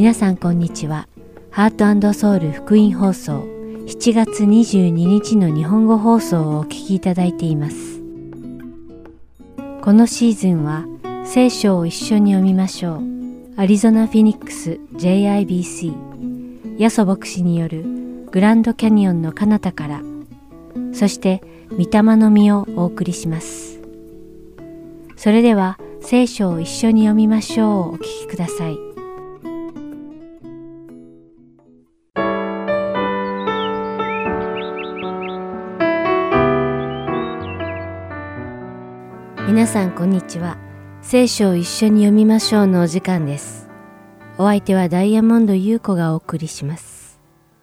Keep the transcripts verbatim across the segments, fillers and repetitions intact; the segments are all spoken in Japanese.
皆さんこんにちは。ハート&ソウル福音放送しちがつにじゅうににちの日本語放送をお聞きいただいています。このシーズンは聖書を一緒に読みましょう。アリゾナ・フィニックス ジェイアイビーシー ヤソ牧師によるグランドキャニオンの彼方から、そして御霊の実をお送りします。それでは聖書を一緒に読みましょう。お聞きください。皆さんこんにちは。聖書を一緒に読みましょうのお時間です。お相手はダイヤモンド優子がお送りします。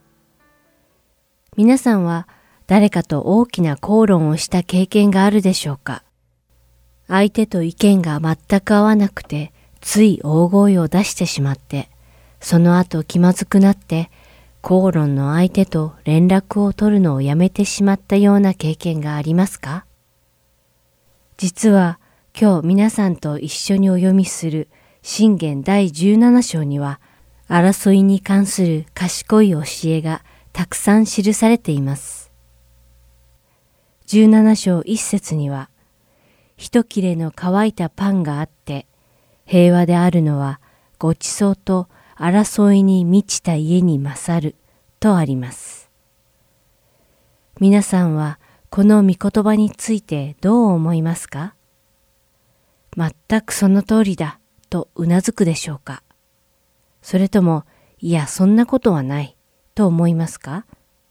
皆さんは誰かと大きな口論をした経験があるでしょうか？相手と意見が全く合わなくて、つい大声を出してしまって、その後気まずくなって、口論の相手と連絡を取るのをやめてしまったような経験がありますか？実は今日皆さんと一緒にお読みする箴言だいじゅうなな章には、争いに関する賢い教えがたくさん記されています。じゅうなな章いっ節には、一切れの乾いたパンがあって、平和であるのはごちそうと争いに満ちた家に勝るとあります。皆さんはこの御言葉についてどう思いますか？全くその通りだとうなずくでしょうか？それとも、いやそんなことはないと思いますか？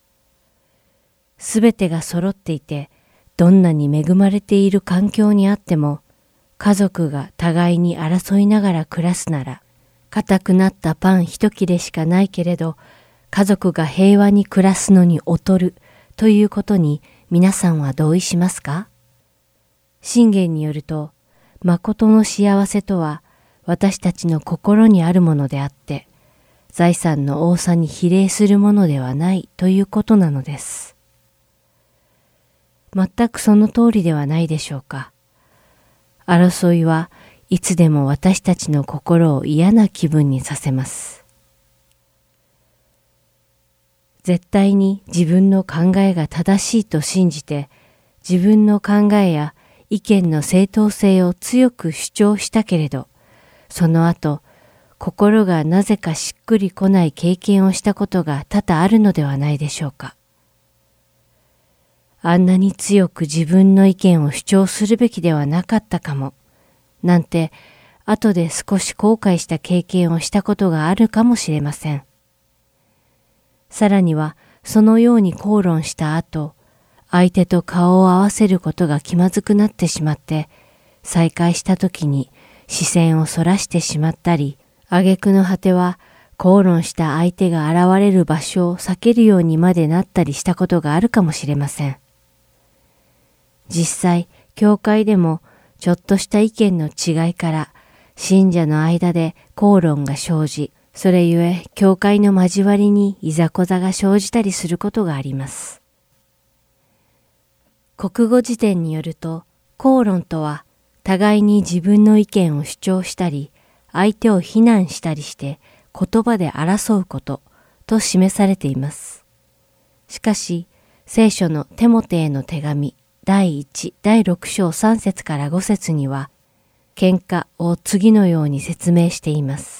すべてが揃っていて、どんなに恵まれている環境にあっても、家族が互いに争いながら暮らすなら、硬くなったパン一切れしかないけれど、家族が平和に暮らすのに劣るということに皆さんは同意しますか？箴言によると、誠の幸せとは私たちの心にあるものであって、財産の多さに比例するものではないということなのです。全くその通りではないでしょうか。争いはいつでも私たちの心を嫌な気分にさせます。絶対に自分の考えが正しいと信じて、自分の考えや意見の正当性を強く主張したけれど、その後、心がなぜかしっくりこない経験をしたことが多々あるのではないでしょうか。あんなに強く自分の意見を主張するべきではなかったかも、なんて後で少し後悔した経験をしたことがあるかもしれません。さらにはそのように口論した後、相手と顔を合わせることが気まずくなってしまって、再会した時に視線をそらしてしまったり、挙句の果ては口論した相手が現れる場所を避けるようにまでなったりしたことがあるかもしれません。実際、教会でもちょっとした意見の違いから信者の間で口論が生じ、それゆえ教会の交わりにいざこざが生じたりすることがあります。国語辞典によると、口論とは互いに自分の意見を主張したり、相手を非難したりして言葉で争うことと示されています。しかし、聖書のテモテへの手紙だいいち、だいろく章さん節からご節には、喧嘩を次のように説明しています。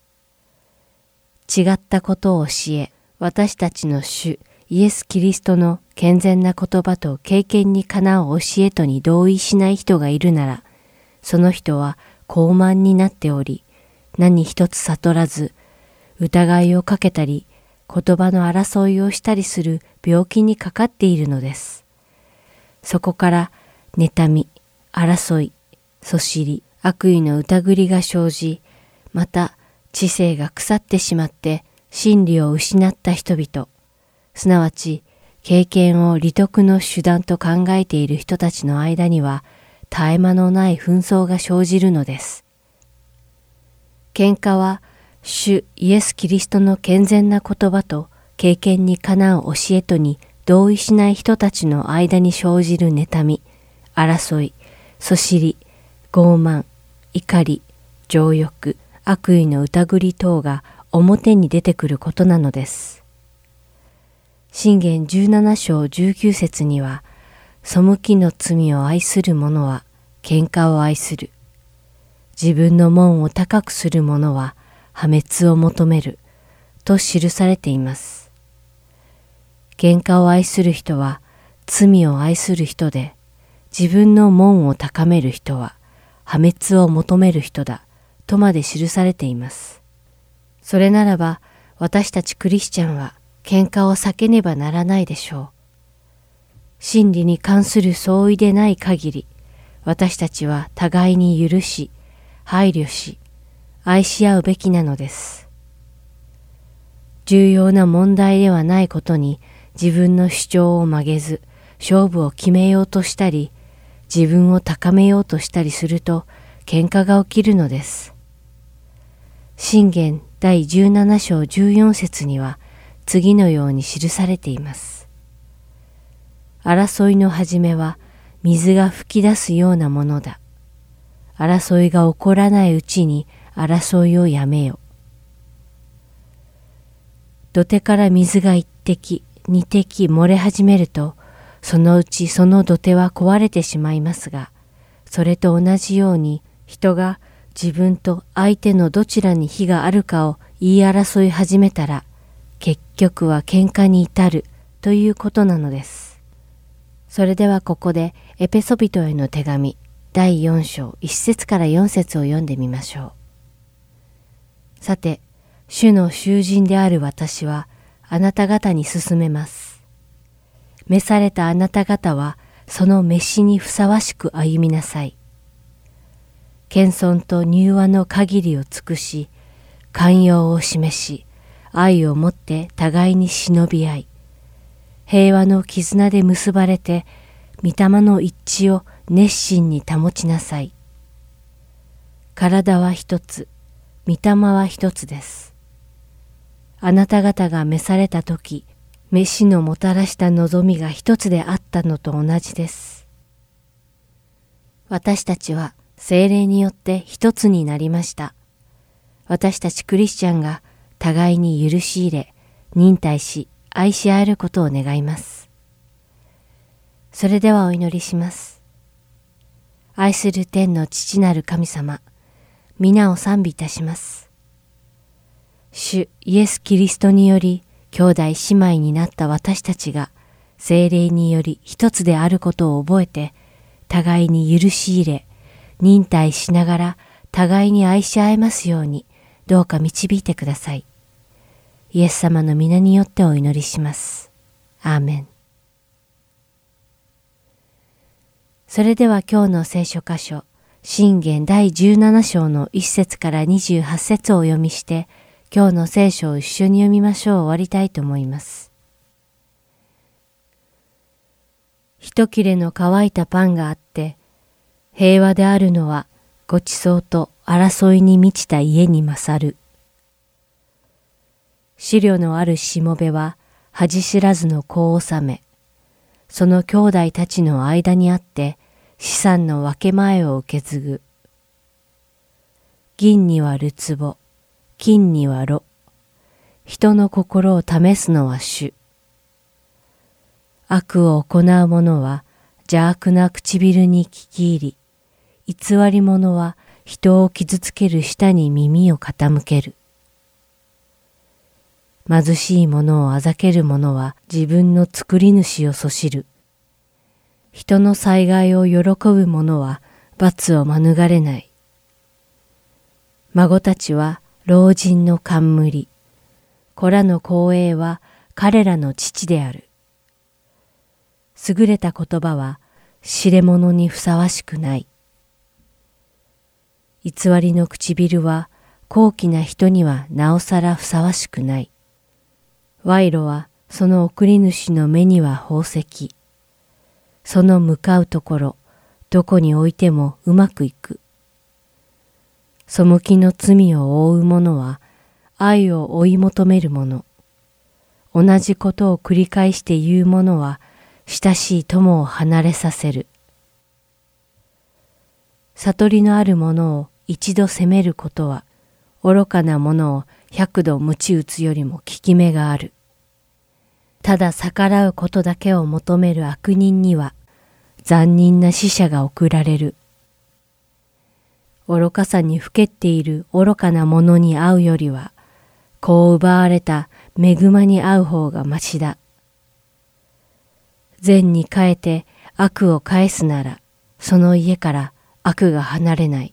違ったことを教え、私たちの主イエス・キリストの健全な言葉と経験にかなう教えとに同意しない人がいるなら、その人は傲慢になっており、何一つ悟らず、疑いをかけたり、言葉の争いをしたりする病気にかかっているのです。そこから、妬み、争い、そしり、悪意の疑りが生じ、また知性が腐ってしまって真理を失った人々、すなわち経験を利得の手段と考えている人たちの間には絶え間のない紛争が生じるのです。喧嘩は主イエス・キリストの健全な言葉と経験にかなう教えとに同意しない人たちの間に生じる妬み、争い、そしり、傲慢、怒り、情欲、悪意の疑り等が表に出てくることなのです。箴言じゅうなな章じゅうきゅう節には、背きの罪を愛する者は喧嘩を愛する。自分の門を高くする者は破滅を求める。と記されています。喧嘩を愛する人は罪を愛する人で、自分の門を高める人は破滅を求める人だ。とまで記されています。それならば私たちクリスチャンは喧嘩を避けねばならないでしょう。真理に関する相違でない限り、私たちは互いに許し、配慮し、愛し合うべきなのです。重要な問題ではないことに自分の主張を曲げず、勝負を決めようとしたり、自分を高めようとしたりすると、喧嘩が起きるのです。箴言第じゅうなな章じゅうよん節には、次のように記されています。争いの始めは水が噴き出すようなものだ。争いが起こらないうちに争いをやめよ。土手から水が一滴、二滴漏れ始めると、そのうちその土手は壊れてしまいますが、それと同じように人が自分と相手のどちらに非があるかを言い争い始めたら、結局は喧嘩に至るということなのです。それではここでエペソビトへの手紙だいよん章いち節からよん節を読んでみましょう。さて、主の囚人である私はあなた方に勧めます。召されたあなた方はその召しにふさわしく歩みなさい。謙遜と柔和の限りを尽くし、寛容を示し、愛をもって互いに忍び合い、平和の絆で結ばれて、御霊の一致を熱心に保ちなさい。体は一つ、御霊は一つです。あなた方が召されたとき、召しのもたらした望みが一つであったのと同じです。私たちは聖霊によって一つになりました。私たちクリスチャンが互いに許し入れ、忍耐し、愛し合えることを願います。それではお祈りします。愛する天の父なる神様、皆を賛美いたします。主イエス・キリストにより、兄弟姉妹になった私たちが、聖霊により一つであることを覚えて、互いに許し入れ、忍耐しながら互いに愛し合えますように、どうか導いてください。イエス様の皆によってお祈りします。アーメン。それでは今日の聖書箇所、箴言だいじゅうなな章のいち節からにじゅうはち節をお読みして、今日の聖書を一緒に読みましょう。終わりたいと思います。一切れの乾いたパンがあって、平和であるのはごちそうと争いに満ちた家に勝る。資料のあるしもべは恥知らずの子を治め、その兄弟たちの間にあって資産の分け前を受け継ぐ。銀にはるつぼ、金には炉。人の心を試すのは主。悪を行う者は邪悪な唇に聞き入り、偽り者は人を傷つける舌に耳を傾ける。貧しい者をあざける者は自分の作り主をそしる。人の災害を喜ぶ者は罰を免れない。孫たちは老人の冠、子らの光栄は彼らの父である。優れた言葉は知れ者にふさわしくない。偽りの唇は高貴な人にはなおさらふさわしくない。賄賂はその送り主の目には宝石。その向かうところ、どこに置いてもうまくいく。背きの罪を負う者は愛を追い求める者。同じことを繰り返して言う者は親しい友を離れさせる。悟りのある者を一度責めることは、愚かな者を百度鞭打つよりも効き目がある。ただ逆らうことだけを求める悪人には残忍な死者が送られる。愚かさにふけっている愚かなものに会うよりは、子を奪われた恵まに会う方がましだ。善に変えて悪を返すなら、その家から悪が離れない。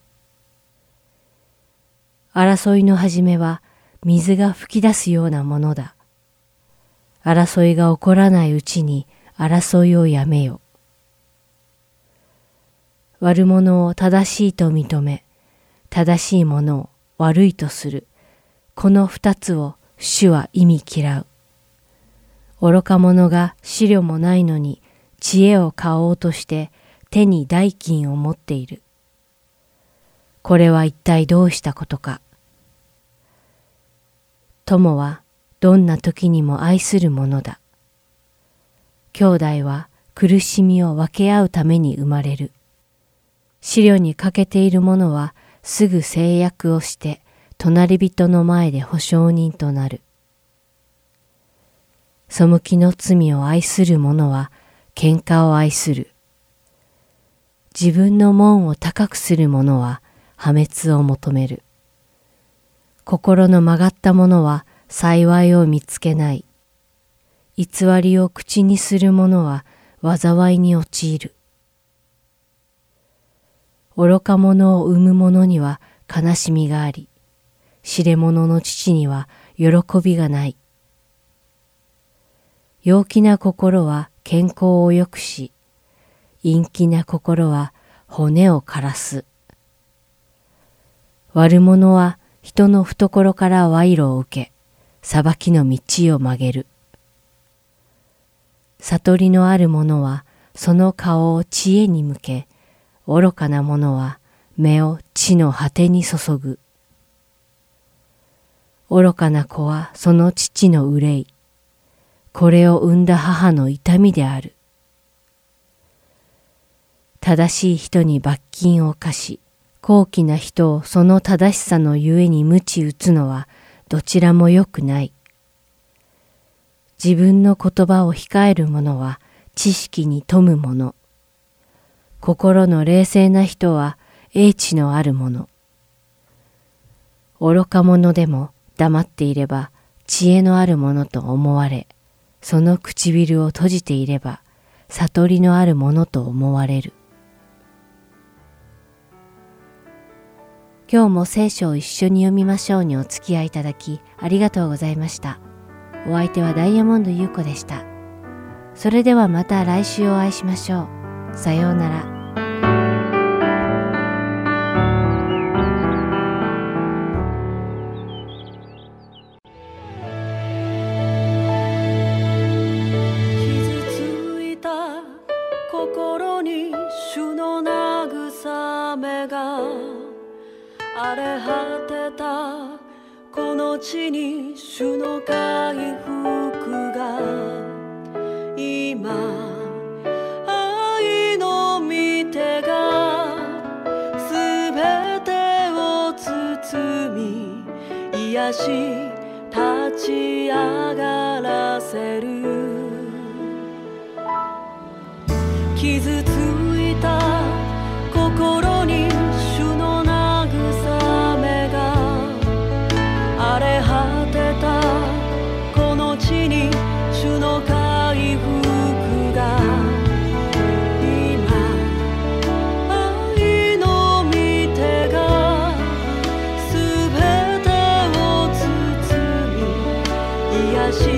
争いの始めは水が噴き出すようなものだ。争いが起こらないうちに争いをやめよ。悪者を正しいと認め、正しいものを悪いとする。この二つを主は忌み嫌う。愚か者が思慮もないのに知恵を買おうとして手に代金を持っている。これは一体どうしたことか。友はどんな時にも愛するものだ。兄弟は苦しみを分け合うために生まれる。思慮に欠けている者はすぐ制約をして隣人の前で保証人となる。背きの罪を愛する者は喧嘩を愛する。自分の門を高くする者は破滅を求める。心の曲がった者は幸いを見つけない。偽りを口にする者は災いに陥る。愚か者を生む者には悲しみがあり、知れ者の父には喜びがない。陽気な心は健康を良くし、陰気な心は骨を枯らす。悪者は人の懐から賄賂を受け、裁きの道を曲げる。悟りのある者はその顔を知恵に向け、愚かな者は目を地の果てに注ぐ。愚かな子はその父の憂い、これを産んだ母の痛みである。正しい人に罰金を課し、高貴な人をその正しさのゆえに鞭打つのはどちらも良くない。自分の言葉を控える者は知識に富む者。心の冷静な人は英知のある者。愚か者でも黙っていれば知恵のある者と思われ、その唇を閉じていれば悟りのある者と思われる。今日も聖書を一緒に読みましょうにお付き合いいただきありがとうございました。お相手はダイヤモンド優子でした。それではまた来週お会いしましょう。さようなら。 荒れ果てたこの地に主の回復が今愛の御手がすべてを包み癒し立ち上がらせる。傷ついた心に主の荒れ果てたこの地に主の回復が今愛の御手がすべてを包み癒し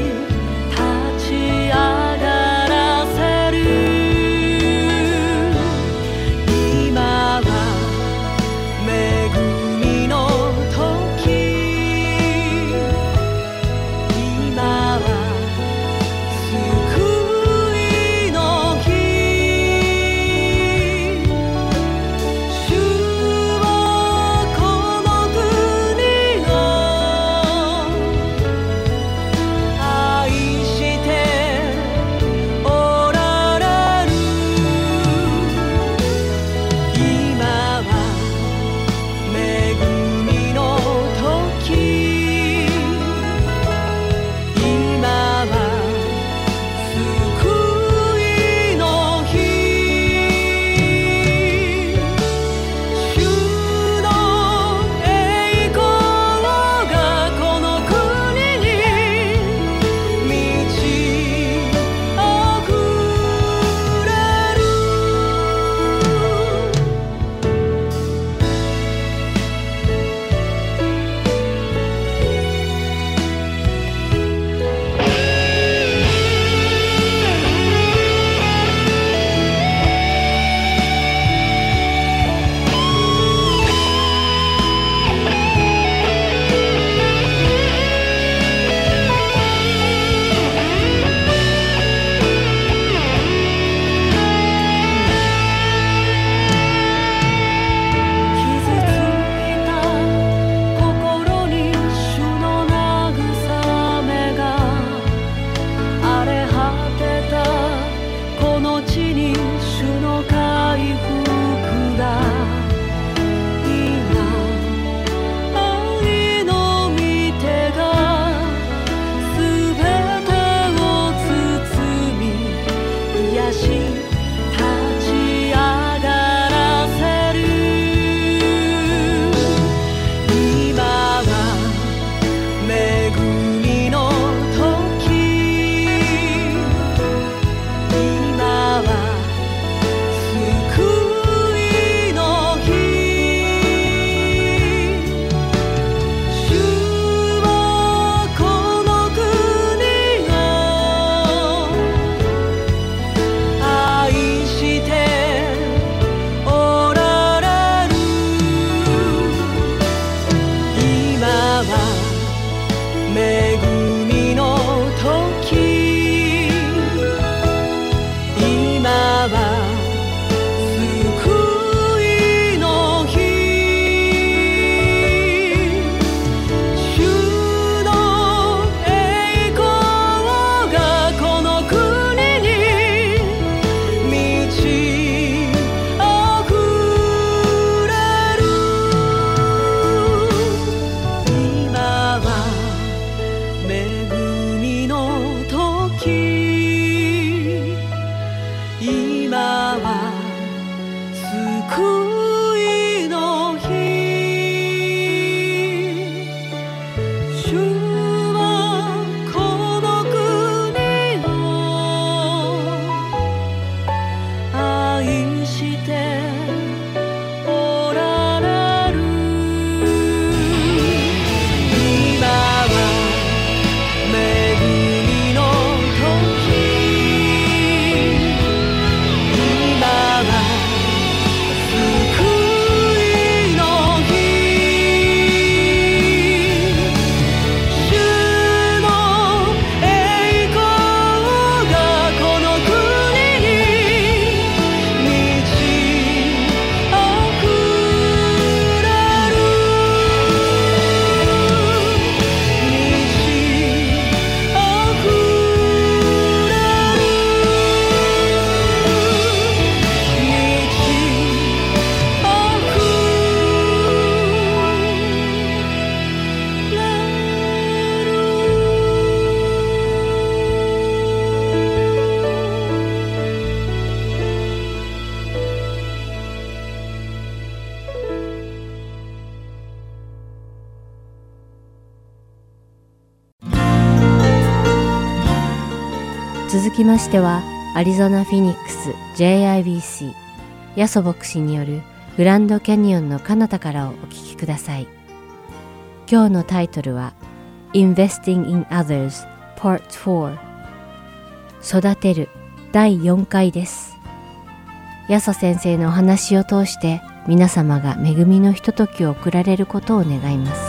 続きましては、アリゾナ・フィニックス ジェイアイビーシー ヤソ牧師によるグランドキャニオンの彼方からをお聞きください。今日のタイトルは Investing in Others Part フォー 育てるだいよんかいです。ヤソ先生のお話を通して皆様が恵みのひとときを送られることを願います。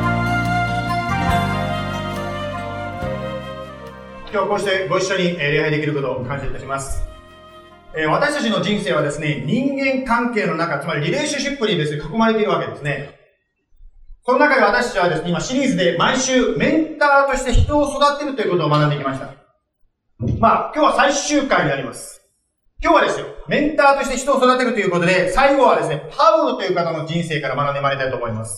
今日こうしてご一緒に礼拝できることを感謝いたします。私たちの人生はですね、人間関係の中、つまりリレーションシップにですね、囲まれているわけですね。その中で私たちはですね、今シリーズで毎週メンターとして人を育てるということを学んできました。まあ、今日は最終回になります。今日はですよ、メンターとして人を育てるということで、最後はですね、パウロという方の人生から学んでまいりたいと思います。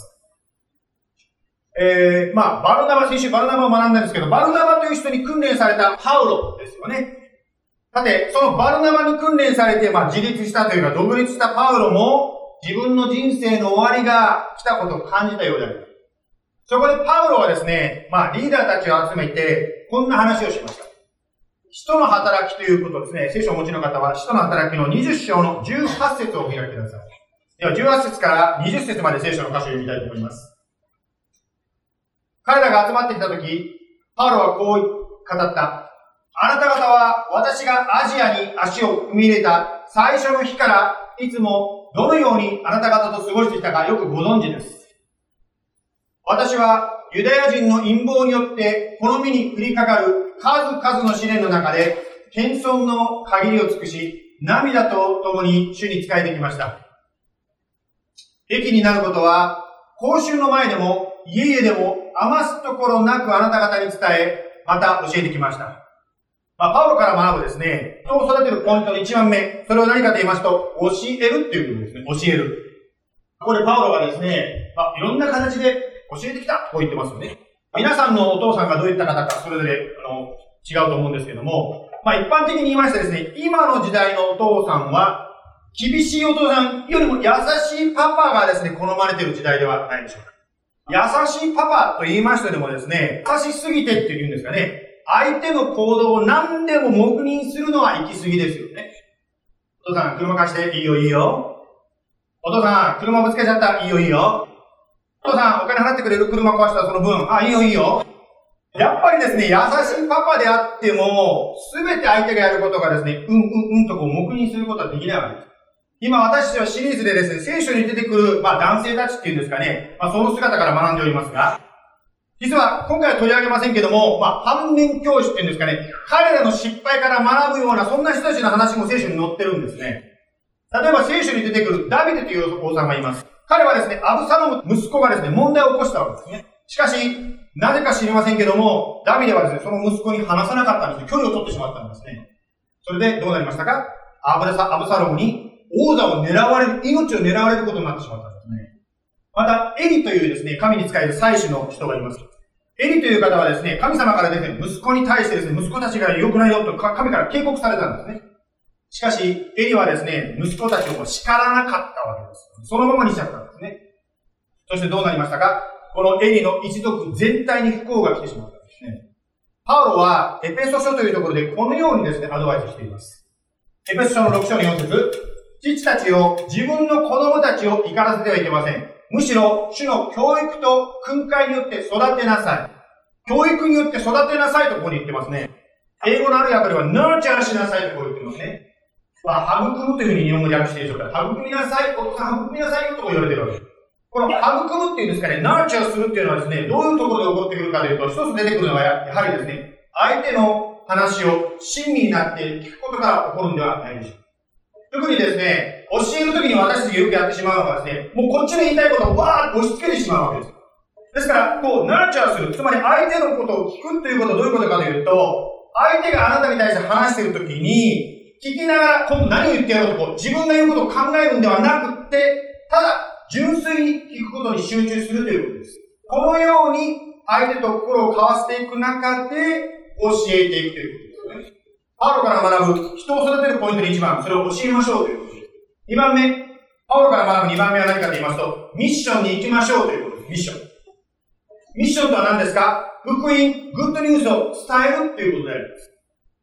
えー、まあ、バルナバ、先週バルナバを学んだんですけど、バルナバという人に訓練されたパウロですよね。さて、そのバルナバに訓練されて、まあ、自立したというか、独立したパウロも、自分の人生の終わりが来たことを感じたようである。そこでパウロはですね、まあ、リーダーたちを集めて、こんな話をしました。使徒の働きということですね。聖書をお持ちの方は、使徒の働きのにじゅっ章のじゅうはち節をお開きください。では、じゅうはち節からにじゅっ節まで聖書の箇所を読みたいと思います。彼らが集まってきたとき、パウロはこう語った。あなた方は私がアジアに足を踏み入れた最初の日からいつもどのようにあなた方と過ごしてきたかよくご存知です。私はユダヤ人の陰謀によってこの身に降りかかる数々の試練の中で謙遜の限りを尽くし、涙と共に主に仕えてきました。益になることは公衆の前でも家々でも余すところなくあなた方に伝え、また教えてきました。まあ、パウロから学ぶですね、人を育てるポイントの一番目、それを何かと言いますと、教えるっていうことですね。教える。これパウロがですね、まあ、いろんな形で教えてきたと言ってますよね。皆さんのお父さんがどういった方か、それぞれあの違うと思うんですけども、まあ、一般的に言いましてですね、今の時代のお父さんは、厳しいお父さんよりも優しいパパがですね、好まれている時代ではないでしょうか。優しいパパと言いましてでもですね、優しすぎてって言うんですかね、相手の行動を何でも黙認するのは行き過ぎですよね。お父さん、車貸していいよいいよ。お父さん、車ぶつけちゃったいいよいいよ。お父さん、お金払ってくれる車壊したその分、あ、いいよいいよ。やっぱりですね、優しいパパであっても、すべて相手がやることがですね、うんうんうんとこう黙認することはできないわけです。今私たちはシリーズでですね、聖書に出てくる、まあ男性たちっていうんですかね、まあその姿から学んでおりますが、実は今回は取り上げませんけども、まあ反面教師っていうんですかね、彼らの失敗から学ぶような、そんな人たちの話も聖書に載ってるんですね。例えば聖書に出てくるダビデという王さんがいます。彼はですね、アブサロム息子がですね、問題を起こしたわけですね。しかし、なぜか知りませんけども、ダビデはですね、その息子に話さなかったんですよ。距離を取ってしまったんですね。それでどうなりましたか？アブサ、アブサロムに王座を狙われる、命を狙われることになってしまったんですね。また、エリというですね、神に仕える祭司の人がいます。エリという方はですね、神様からですね、息子に対してですね、息子たちが良くないよと神から警告されたんですね。しかし、エリはですね、息子たちを叱らなかったわけです。そのままにしちゃったんですね。そしてどうなりましたか？このエリの一族全体に不幸が来てしまったんですね。パウロはエペソ書というところでこのようにですね、アドバイスしています。エペソ書のろく章のよん節、父たちを自分の子供たちを怒らせてはいけません。むしろ主の教育と訓戒によって育てなさい。教育によって育てなさいとここに言ってますね。英語のある訳ではナーチャーしなさいとこう言ってますね。まあ、育むというふうに日本語で訳していいでしょうか。育みなさい、お父さん育みなさいよとこう言われてるわけです。この育むっていうんですかね、ナーチャーするっていうのはですね、どういうところで起こってくるかというと、一つ出てくるのはやはりですね、相手の話を親身になって聞くことが起こるんではないでしょうか。特にですね、教えるときに私たちがよくやってしまうのがですね、もうこっちの言いたいことをわーっと押し付けてしまうわけです。ですから、こう、ナーチャーする。つまり相手のことを聞くということはどういうことかというと、相手があなたに対して話しているときに、聞きながら今度何を言ってやろうとこう、自分が言うことを考えるんではなくって、ただ、純粋に聞くことに集中するということです。このように、相手と心を交わしていく中で、教えていくということですよね。パウロから学ぶ人を育てるポイントの一番、それを教えましょうということです。二番目、パウロから学ぶ二番目は何かと言いますと、ミッションに行きましょうということです。ミッション。ミッションとは何ですか？福音、グッドニュースを伝えるということであります。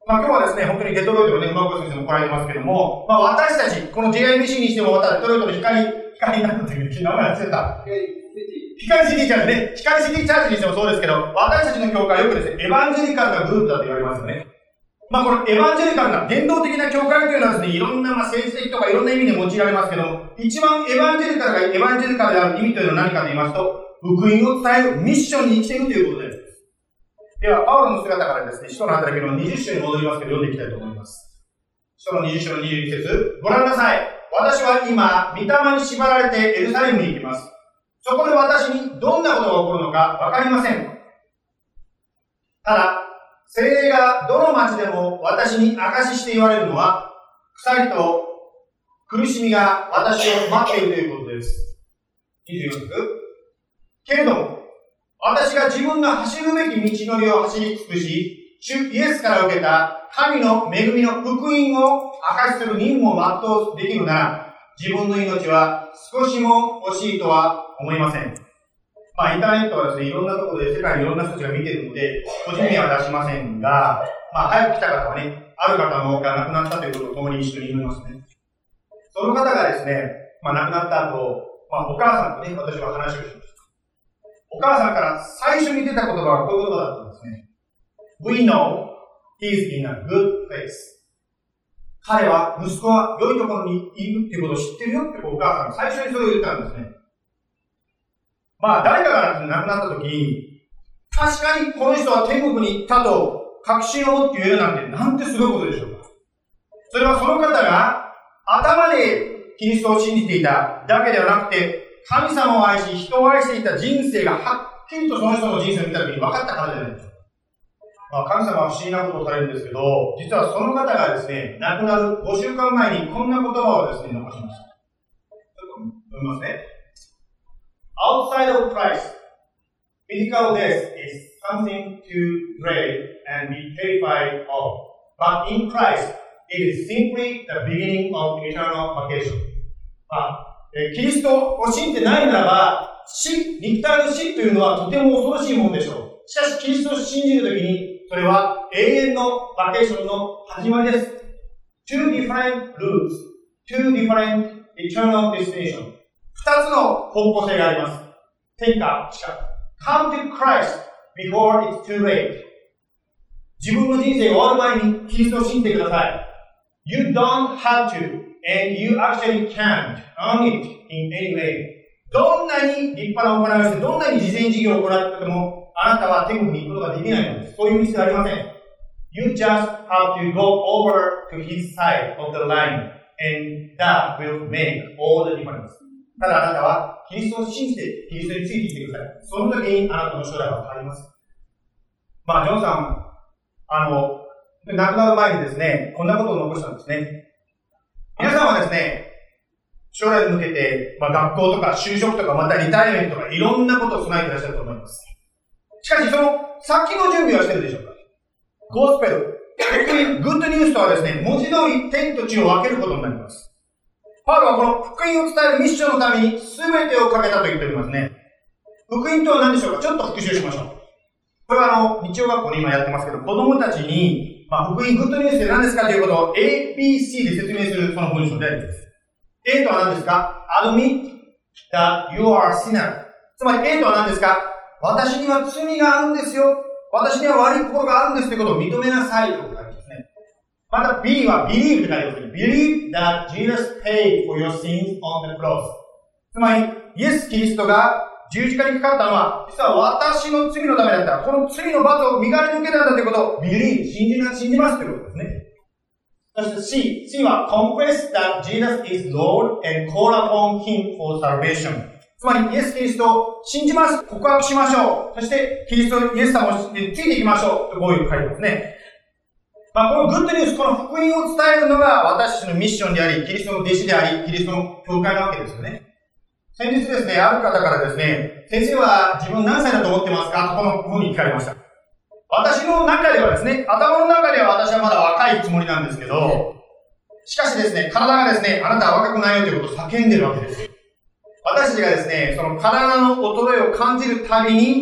まあ今日はですね、本当にデトロイトのね、馬子先生も来られてますけども、まあ私たち、この ジェイアイビーシー にしても、またデトロイトの光、光なんていう名前忘れた。光シティチャージね。光シティチャージにしてもそうですけど、私たちの教会はよくですね、エヴァンジェリカルなグループだと言われますよね。まあこのエヴァンジェリカルな伝道的な教会というのはですね、いろんなまあ政治的とかいろんな意味で用いられますけども、一番エヴァンジェリカルがエヴァンジェリカルである意味というのは何かと言いますと、福音を伝えるミッションに生きているということです。では、パウロの姿からですね、使徒の働きのにじゅっ章に戻りますけど、読んでいきたいと思います。使徒のにじゅっ章のにじゅうに節、ご覧なさい。私は今、御霊に縛られてエルサレムに行きます。そこで私にどんなことが起こるのかわかりません。ただ、聖霊がどの町でも私に証しして言われるのは、鎖と苦しみが私を待っているということです。にじゅうよん節。けれども、私が自分の走るべき道のりを走り尽くし、主イエスから受けた神の恵みの福音を証しする任務を全うできるなら、自分の命は少しも惜しいとは思いません。まあ、インターネットはですね、いろんなところで世界にいろんな人たちが見ているので、個人名は出しませんが、まあ、早く来た方はね、ある方のが亡くなったということを共に一緒に祈りますね。その方がですね、まあ、亡くなった後、まあ、お母さんとね、私は話をしました。お母さんから最初に出た言葉はこういう言葉だったんですね。We know he's in a good place. 彼は、息子は良いところにいるっていうことを知ってるよってお母さんが最初にそれを言ったんですね。まあ、誰かが亡くなった時に、確かにこの人は天国に行ったと確信を持って言えるなんて、なんてすごいことでしょうか。それはその方が頭でキリストを信じていただけではなくて、神様を愛し、人を愛していた人生がはっきりとその人の人生を見たときに分かったからじゃないですか。まあ、神様は不思議なことをされるんですけど、実はその方がですね、亡くなるごしゅうかんまえにこんな言葉をですね、残しました。ちょっと読みますね。Outside of Christ, physical death is something to dread and be terrified of. But in Christ, it is simply the beginning of eternal vacation. まあキリストを信じてないならば、死、肉体の死というのはとても恐ろしいものでしょう。しかし、キリストを信じるときに、それは永遠のバケーションの始まりです。Two different routes, two different eternal destinations. 二つの方向性があります。Take a Come to Christ before it's too late. 自分の人生が終わる前にキリストを信じてください。You don't have to.And you actually can't earn it in any way. どんなに立派な行いをして、どんなに慈善事業を行っても、あなたは天国に行くことができないのです。そういう道がありません。You just have to go over to his side of the line, and that will make all the difference. ただあなたはキリストを信じて、キリストについていってください。その時にあなたの将来は変わります。まあ、ジョンさん、あの、亡くなる前にですね、こんなことを残したんですね。皆さんはですね、将来に向けて、まあ、学校とか就職とかまたリタイアメントとかいろんなことを備えていらっしゃると思います。しかしその先の準備はしてるでしょうか。ゴスペル、グッドニュースとはですね、文字通り天と地を分けることになります。パウロはこの福音を伝えるミッションのために全てをかけたと言っておりますね。福音とは何でしょうか。ちょっと復習しましょう。これはあの、日曜学校で今やってますけど、子供たちに、まあ、福音、グッドニュースって何ですかということを エービーシー で説明するその文章であります。A とは何ですか ?admit that you are a sinner. つまり A とは何ですか私には罪があるんですよ。私には悪い心があるんですということを認めなさいということがありますね。また B は believe って書いてますね。believe that Jesus paid for your sins on the cross. つまり、イエス・キリストが十字架にかかったのは、実は私の罪のためだった。この罪の罰を身軽に受けたんだということを believe 信じな、信じますということですね。そして C。C は confess that Jesus is Lord and call upon Him for salvation。つまり、イエス・キリストを信じます。告白しましょう。そして、キリスト、イエス様をついていきましょう。とこういう書いてますね。まあ、このグッドニュース、この福音を伝えるのが私たちのミッションであり、キリストの弟子であり、キリストの教会なわけですよね。先日ですね、ある方からですね、先生は自分何歳だと思ってますかとこのふうに聞かれました。私の中ではですね、頭の中では私はまだ若いつもりなんですけど、しかしですね、体がですね、あなたは若くないよということを叫んでるわけです。私たちがですね、その体の衰えを感じるたびに、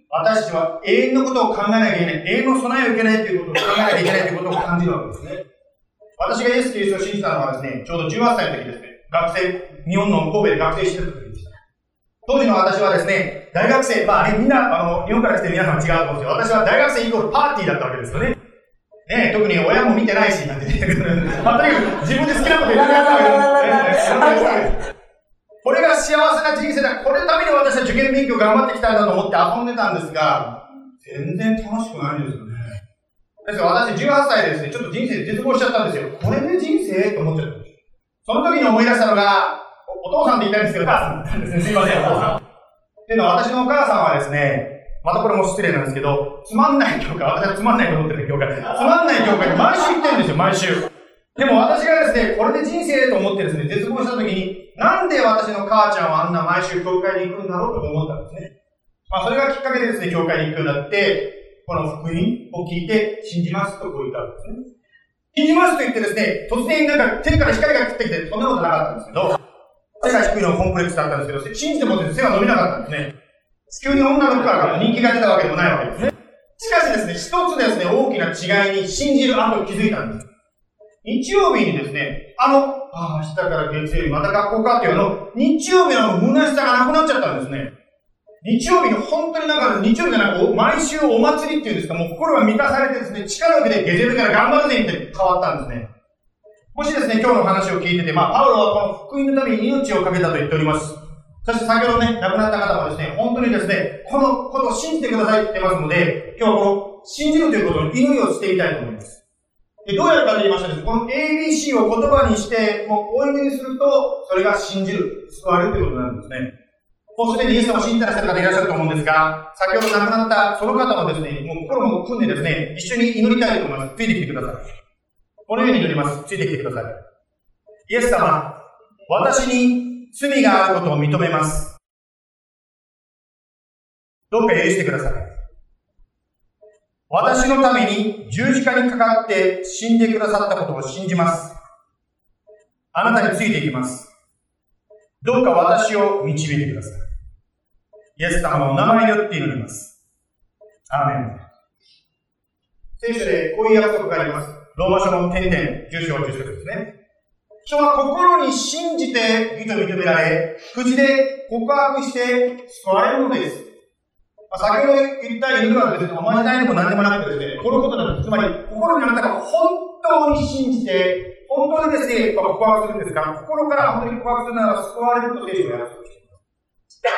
私たちは永遠のことを考えなきゃいけない、永遠の備えをいけないということを考えなきゃいけないということを感じるわけですね。私がイエス・キリストを信じたのはですね、ちょうどじゅうはっさいの時ですね、学生、日本の神戸で学生してた時でした。当時の私はですね、大学生、まあね、みんな、あの、日本から来て皆さん違うと思うんですよ。私は大学生イコールパーティーだったわけですよね。ね、特に親も見てないし、なんてね。まあ、とにかく自分で好きなことやってやったわけです。これが幸せな人生だ。これのために私は受験勉強頑張ってきたんだと思って遊んでたんですが、全然楽しくないんですよね。ですから私じゅうはっさいでですね、ちょっと人生で絶望しちゃったんですよ。これで人生と思っちゃったんです。その時に思い出したのが、お, お父さんって言ったんですけど、お母さんだったんですね。すいません、お父さん。っていうのは私のお母さんはですね、またこれも失礼なんですけど、つまんない教会、私はつまんないと思ってる教会、つまんない教会に毎週行ってるんですよ、毎週。でも私がですね、これで人生と思ってですね、絶望した時に、なんで私の母ちゃんはあんな毎週教会に行くんだろうと思ったんですね。まあそれがきっかけでですね、教会に行くようになって、この福音を聞いて信じますとこう言ったんですね。信じますと言ってですね、突然なんか手から光が降ってきて、そんなことなかったんですけど、背が低いのがコンプレックスだったんですけど、信じても背が伸びなかったんですね。急に女の子から人気が出たわけでもないわけですね。しかしですね、一つですね、大きな違いに信じる後気づいたんです。日曜日にですね、あの、ああ、明日から月曜日また学校かっていうの、日曜日の虚しさがなくなっちゃったんですね。日曜日の本当になんか、日曜日じゃなく毎週お祭りっていうんですか、もう心が満たされてですね、力を受けて月曜日から頑張るねって変わったんですね。もしですね、今日の話を聞いてて、まあ、パウロはこの福音のために命を懸けたと言っております。そして先ほどね、亡くなった方もですね、本当にですね、このことを信じてくださいって言ってますので、今日はこの信じるということの祈りをしていきたいと思います。でどうやるかと言いましたらですね、この エービーシー を言葉にして、もうお祈りすると、それが信じる、救われるということになるんですね。もうすでにイエス様を信じてらっしゃる方いらっしゃると思うんですが、先ほど亡くなったその方もですね、もう心も組んでですね、一緒に祈りたいと思います。ついてきてください。このように祈ります。ついてきてください。イエス様、私に罪があることを認めます。どうか許してください。私のために十字架にかかって死んでくださったことを信じます。あなたについていきます。どうか私を導いてください。イエス様のお名前によって祈ります。アーメン。聖書でこういう約束があります。ローマ書の点々、じゅう章じゅう節ですね。人は心に信じて義と認められ、口で告白して救われるのです。まあ、先ほど言った祈りはですね、おまじないでも何でもなくてですね、このことなんです。つまり、心にあなたが本当に信じて、本当にですね、告白するんですから、心から本当に告白するなら救われると聖書が約束しています。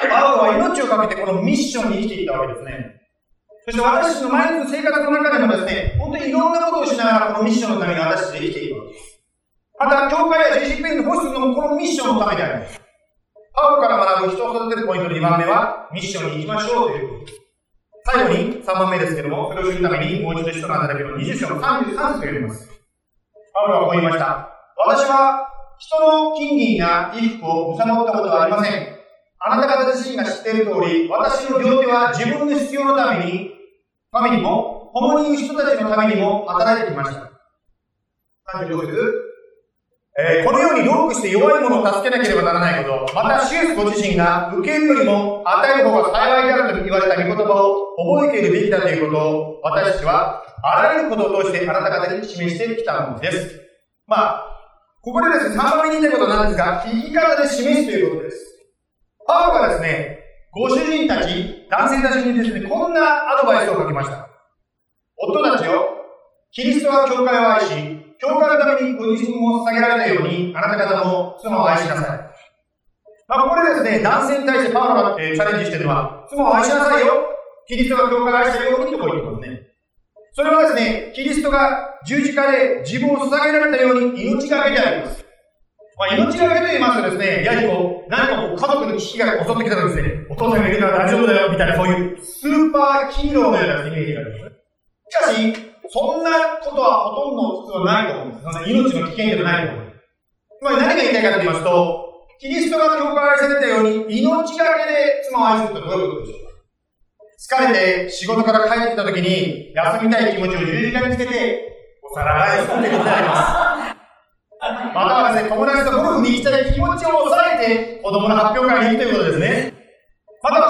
パウロは命をかけてこのミッションに生きていったわけですね。そして私たちの毎日の生活の中でもですね、本当にいろんなことをしながらこのミッションのために私たちで生きているわけです。また、教会や ジェーシーピー に保守するのもこのミッションのためであります。パウロから学ぶ人を育てるポイントのにばんめは、ミッションに行きましょうということです。最後にさんばんめですけども、それを知るためにもう一度使徒の働きのにじゅう章のさんじゅうさん節を読みます。パウロはこう言いました。私は人の金銀や衣服を貪ったことはありません。あなた方自身が知っている通り、私の両手は自分の必要のために、ためにも、共にいる人たちのためにも働いてきました。さんじゅうご節。えー、このように労苦して弱い者を助けなければならないこと、また主イエスご自身が受けるよりも与える方が幸いであると言われた御言葉を覚えているべきだということを、私たちはあらゆることを通してあなた方に示してきたのです。まあ、ここでですね、さんばんめに言いたいことなんですが、生き方で示すということです。パウロがですね、ご主人たち、男性たちにですね、こんなアドバイスを書きました。夫たちよ、キリストは教会を愛し、教会のためにご自身を捧げられたように、あなた方も妻を愛しなさい。まあ、これですね、男性に対してパウロが、えー、チャレンジしているのは、妻を愛しなさいよ。キリストが教会を愛したようにとこう言ってますね。それはですね、キリストが十字架で自分を捧げられたように命がけであります。まあ、命がけと言いますとですね、やはりこう、何かこう、家族の危機が襲ってきたとですね、お父さんがいるから大丈夫だよ、みたいな、そういうスーパーヒーローのようなイメージがあります。しかし、そんなことはほとんど普通はないと思うんです。そんな命の危険ではないと思うんです。つまり何が言いたいかと言いますと、キリストが教会を愛されたように、命がけで妻を愛するとどういうことでしょうか。疲れて仕事から帰ってきたときに、休みたい気持ちを十字架につけて、お皿洗いをしていただきます。またはですね、友達とゴルフに行きたい気持ちを抑えて、子供の発表会に行くということですね。または食事の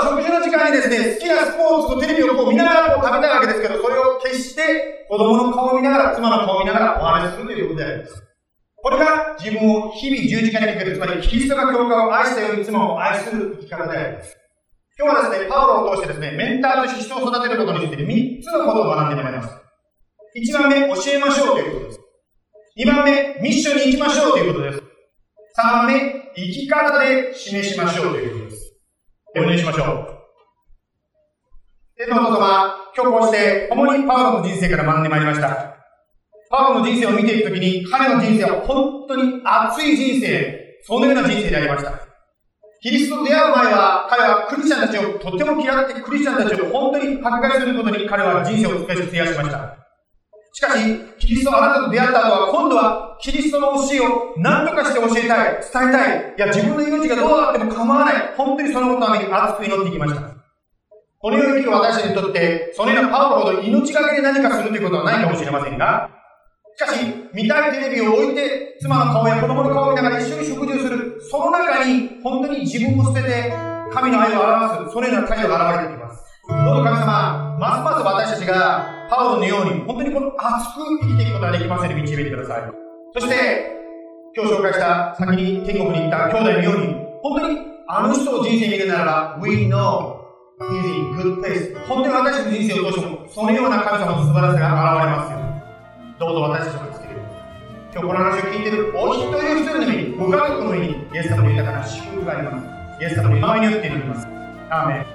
の時間にですね、好きなスポーツとテレビをこう見ながらこう食べたいわけですけど、それを決して子供の顔を見ながら、妻の顔を見ながらお話しするということであります。これが自分を日々十字架にかける、つまりキリストが教会を愛したように妻を愛する生き方であります。今日はですね、パウロを通してですね、メンターとして人を育てることについてみっつのことを学んでまいります。いちばんめ、教えましょうということです。にばんめ、ミッションに行きましょうということです。さんばんめ、生き方で示しましょうということです。お願いしましょう。天のお父様、今日こうして共にパウロの人生から学んでまいりました。パウロの人生を見ていくときに、彼の人生は本当に熱い人生、そのような人生でありました。キリストと出会う前は、彼はクリスチャンたちをとても嫌ってクリスチャンたちを本当に迫害することに彼は人生を費やしました。しかし、キリストあなたと出会った後は、今度はキリストの教えを何とかして教えたい、伝えたい、いや自分の命がどうなっても構わない、本当にそのことのために熱く祈っていきました。この世を生きる私たちにとって、そのようなパウロほど命がけで何かするということはないかもしれませんが、しかし、見たいテレビを置いて、妻の顔や子供の顔を見ながら一緒に食事をする、その中に、本当に自分を捨てて、神の愛を表す、そのような態度が現れてきます。どうぞ神様、ますます私たちが、パウロのように、本当にこの熱く生きていくことができますように導いてください。そして、今日紹介した先に天国に行った兄弟のように、本当にあの人を人生に見るならば、We know he's in good place。本当に私たちの人生を通しても、そのような神様の素晴らしさが現れますよ。どうぞ私たちを助けてください。今日この話を聞いているお一人お一人の上に、ご家族の上に、イエス様の豊かな祝福があります。イエス様の御前によって祈ります。アーメン。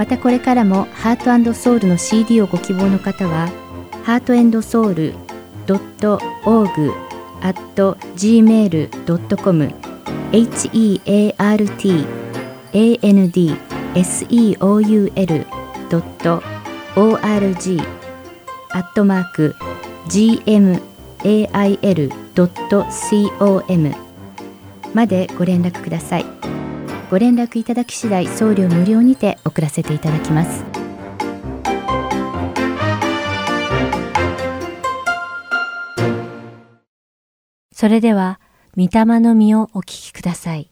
たこれからもハート&ソウルの シーディー をご希望の方は、ハート&ソウル ドット オーグ アット ジーメール ドットコム エイチ イー エー アール ティー エー エヌ ディー エス イー オー ユー エル ドット オーアールジー アットマーク ジーエム エーアイエル ドット コム までご連絡ください。ご連絡いただき次第、送料無料にて送らせていただきます。 それでは、御霊の実をお聞きください。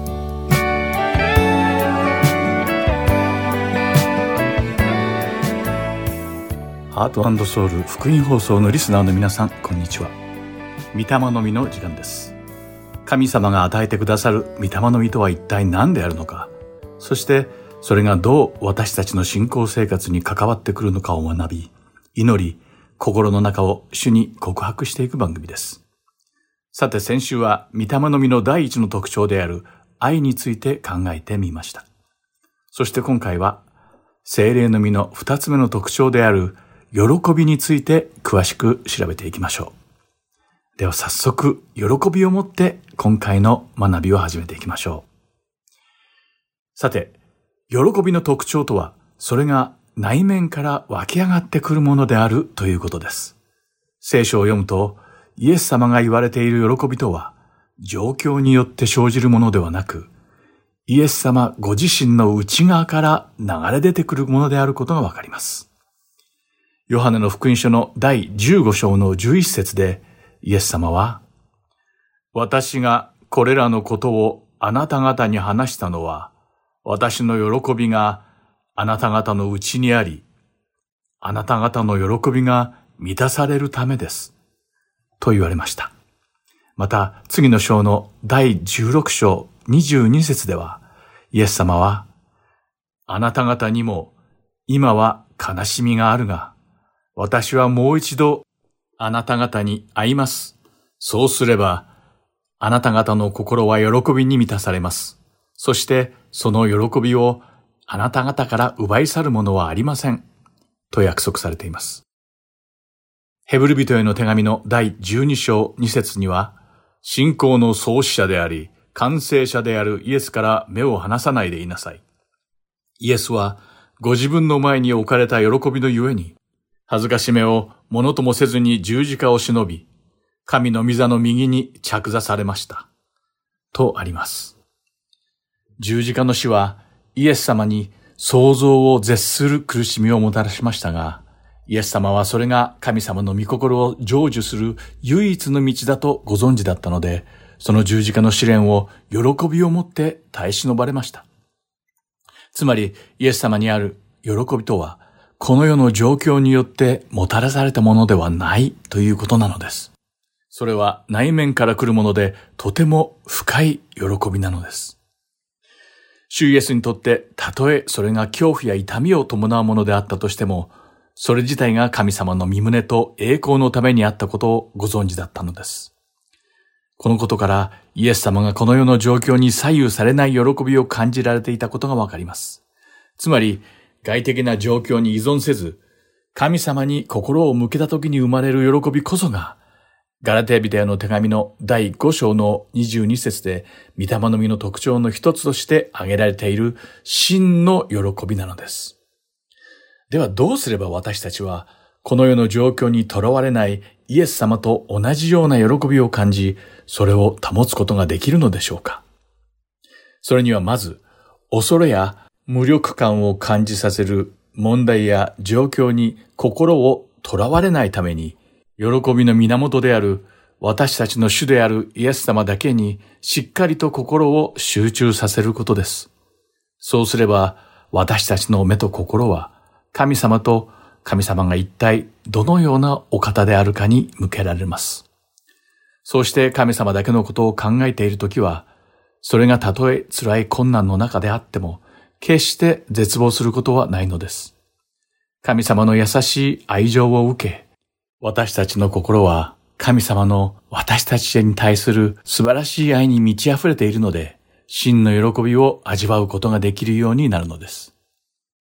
ハート&ソウル福音放送のリスナーの皆さん、こんにちは。御霊の実の時間です。神様が与えてくださる御霊の実とは一体何であるのか、そしてそれがどう私たちの信仰生活に関わってくるのかを学び、祈り、心の中を主に告白していく番組です。さて、先週は御霊の実の第一の特徴である愛について考えてみました。そして今回は聖霊の実の二つ目の特徴である喜びについて詳しく調べていきましょう。では早速、喜びを持って今回の学びを始めていきましょう。さて、喜びの特徴とは、それが内面から湧き上がってくるものであるということです。聖書を読むと、イエス様が言われている喜びとは、状況によって生じるものではなく、イエス様ご自身の内側から流れ出てくるものであることがわかります。ヨハネの福音書のだいじゅうご章のじゅういっ節で、イエス様は、私がこれらのことをあなた方に話したのは、私の喜びがあなた方のうちにあり、あなた方の喜びが満たされるためです。と言われました。また、次の章のだいじゅうろく章にじゅうに節では、イエス様は、あなた方にも今は悲しみがあるが、私はもう一度あなた方に会います。そうすれば、あなた方の心は喜びに満たされます。そしてその喜びをあなた方から奪い去るものはありません。と約束されています。ヘブル人への手紙のだいじゅうに章に節には、信仰の創始者であり、完成者であるイエスから目を離さないでいなさい。イエスはご自分の前に置かれた喜びのゆえに、恥ずかしめをものともせずに十字架を忍び、神の御座の右に着座されました。とあります。十字架の死はイエス様に想像を絶する苦しみをもたらしましたが、イエス様はそれが神様の御心を成就する唯一の道だとご存知だったので、その十字架の試練を喜びを持って耐え忍ばれました。つまりイエス様にある喜びとは、この世の状況によってもたらされたものではないということなのです。それは内面から来るもので、とても深い喜びなのです。主イエスにとって、たとえそれが恐怖や痛みを伴うものであったとしても、それ自体が神様の御胸と栄光のためにあったことをご存知だったのです。このことからイエス様がこの世の状況に左右されない喜びを感じられていたことがわかります。つまり、外的な状況に依存せず、神様に心を向けた時に生まれる喜びこそが、ガラテヤ人への手紙のだいご章のにじゅうに節で、御霊の実の特徴の一つとして挙げられている真の喜びなのです。ではどうすれば私たちは、この世の状況にとらわれないイエス様と同じような喜びを感じ、それを保つことができるのでしょうか。それにはまず、恐れや無力感を感じさせる問題や状況に心をとらわれないために、喜びの源である私たちの主であるイエス様だけにしっかりと心を集中させることです。そうすれば私たちの目と心は神様と神様が一体どのようなお方であるかに向けられます。そうして神様だけのことを考えているときは、それがたとえ辛い困難の中であっても、決して絶望することはないのです。神様の優しい愛情を受け、私たちの心は神様の私たちに対する素晴らしい愛に満ち溢れているので、真の喜びを味わうことができるようになるのです。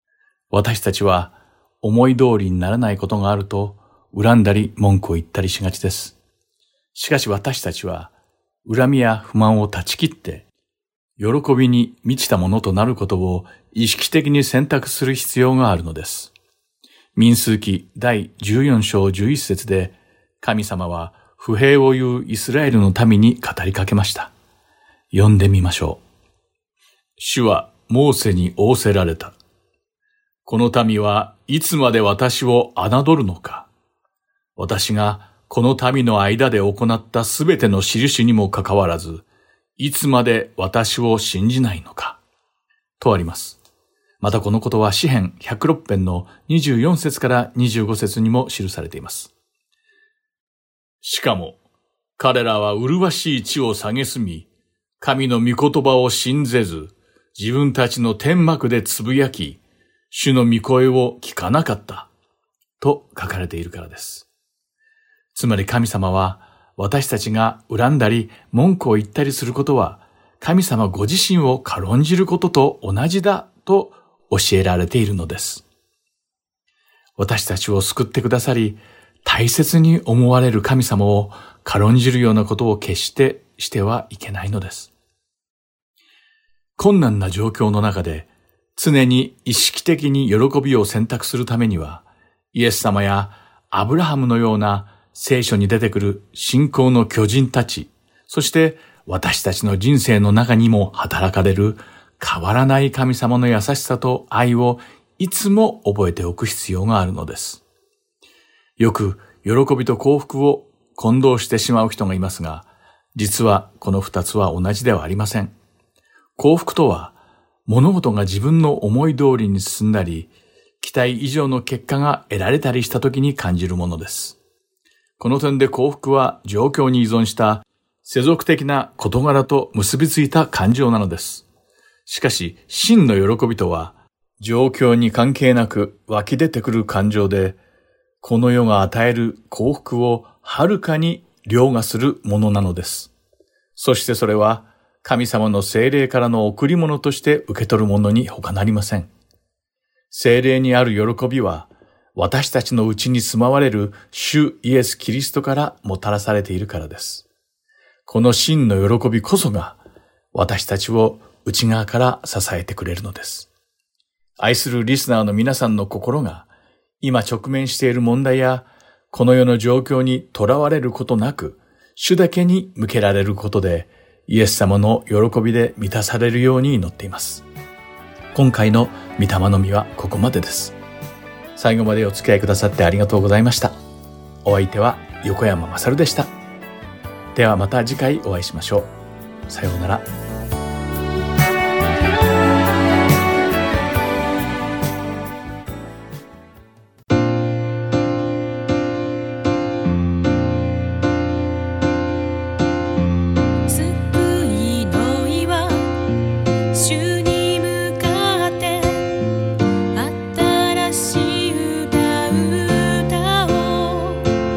私たちは思い通りにならないことがあると恨んだり文句を言ったりしがちです。しかし私たちは恨みや不満を断ち切って喜びに満ちたものとなることを意識的に選択する必要があるのです。民数記第じゅうよん章じゅういち節で神様は不平を言うイスラエルの民に語りかけました。読んでみましょう。主はモーセに仰せられた。この民はいつまで私を侮るのか。私がこの民の間で行ったすべての印にもかかわらず、いつまで私を信じないのか。とあります。またこのことは詩編ひゃくろく編のにじゅうよん節からにじゅうご節にも記されています。しかも、彼らは麗しい地を蔑み、神の御言葉を信ぜず、自分たちの天幕でつぶやき、主の御声を聞かなかった。と書かれているからです。つまり神様は、私たちが恨んだり文句を言ったりすることは、神様ご自身を軽んじることと同じだと教えられているのです。私たちを救ってくださり、大切に思われる神様を軽んじるようなことを決してしてはいけないのです。困難な状況の中で常に意識的に喜びを選択するためには、イエス様やアブラハムのような聖書に出てくる信仰の巨人たち、そして私たちの人生の中にも働かれる変わらない神様の優しさと愛をいつも覚えておく必要があるのです。よく喜びと幸福を混同してしまう人がいますが、実はこの二つは同じではありません。幸福とは物事が自分の思い通りに進んだり、期待以上の結果が得られたりしたときに感じるものです。この点で幸福は状況に依存した世俗的な事柄と結びついた感情なのです。しかし真の喜びとは状況に関係なく湧き出てくる感情で、この世が与える幸福をはるかに凌駕するものなのです。そしてそれは神様の聖霊からの贈り物として受け取るものに他なりません。聖霊にある喜びは私たちのうちに住まわれる主イエス・キリストからもたらされているからです。この真の喜びこそが私たちを内側から支えてくれるのです。愛するリスナーの皆さんの心が今直面している問題やこの世の状況にとらわれることなく、主だけに向けられることでイエス様の喜びで満たされるように祈っています。今回の御霊の実はここまでです。最後までお付き合いくださってありがとうございました。お相手は横山まさるでした。ではまた次回お会いしましょう。さようなら。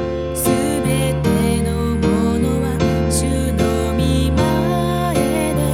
すべてのものは主の御前で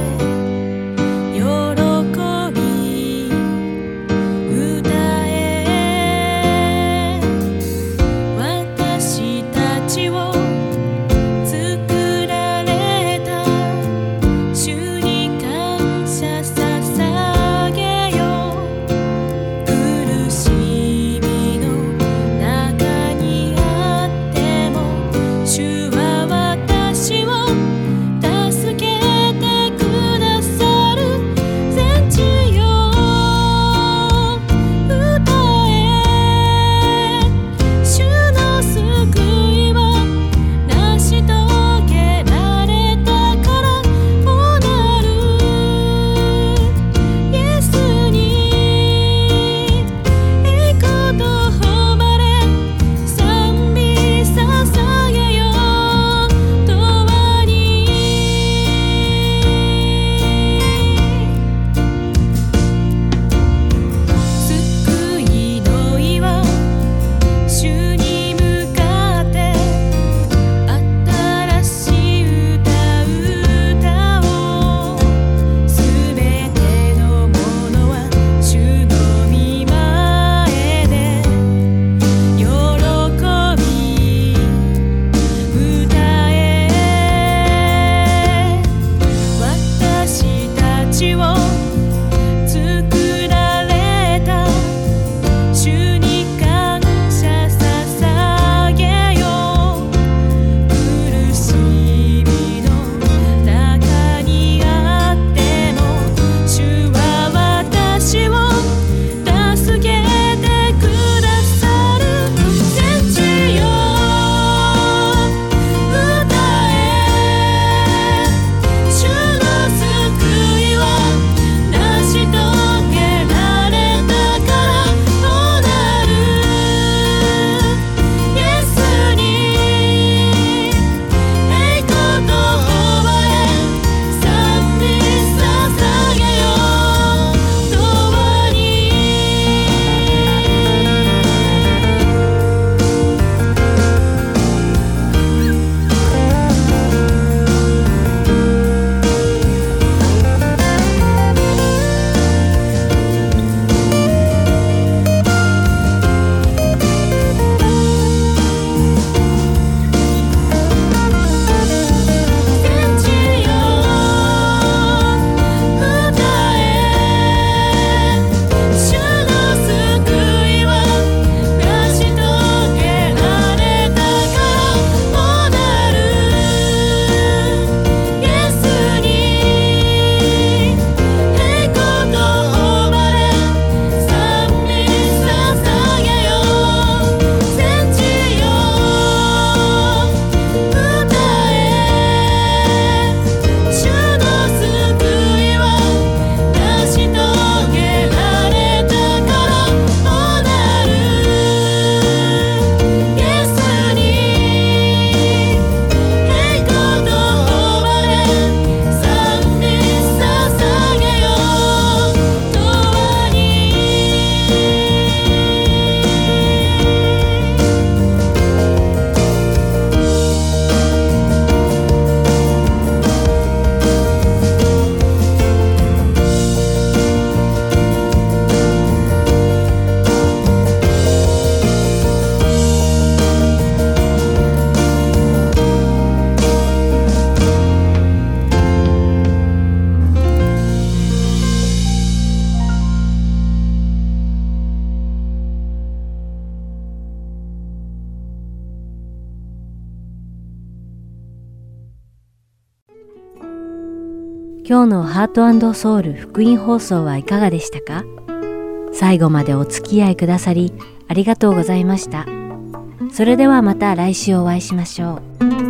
今日のハート&ソウル福音放送はいかがでしたか？最後までお付き合いくださりありがとうございました。それではまた来週お会いしましょう。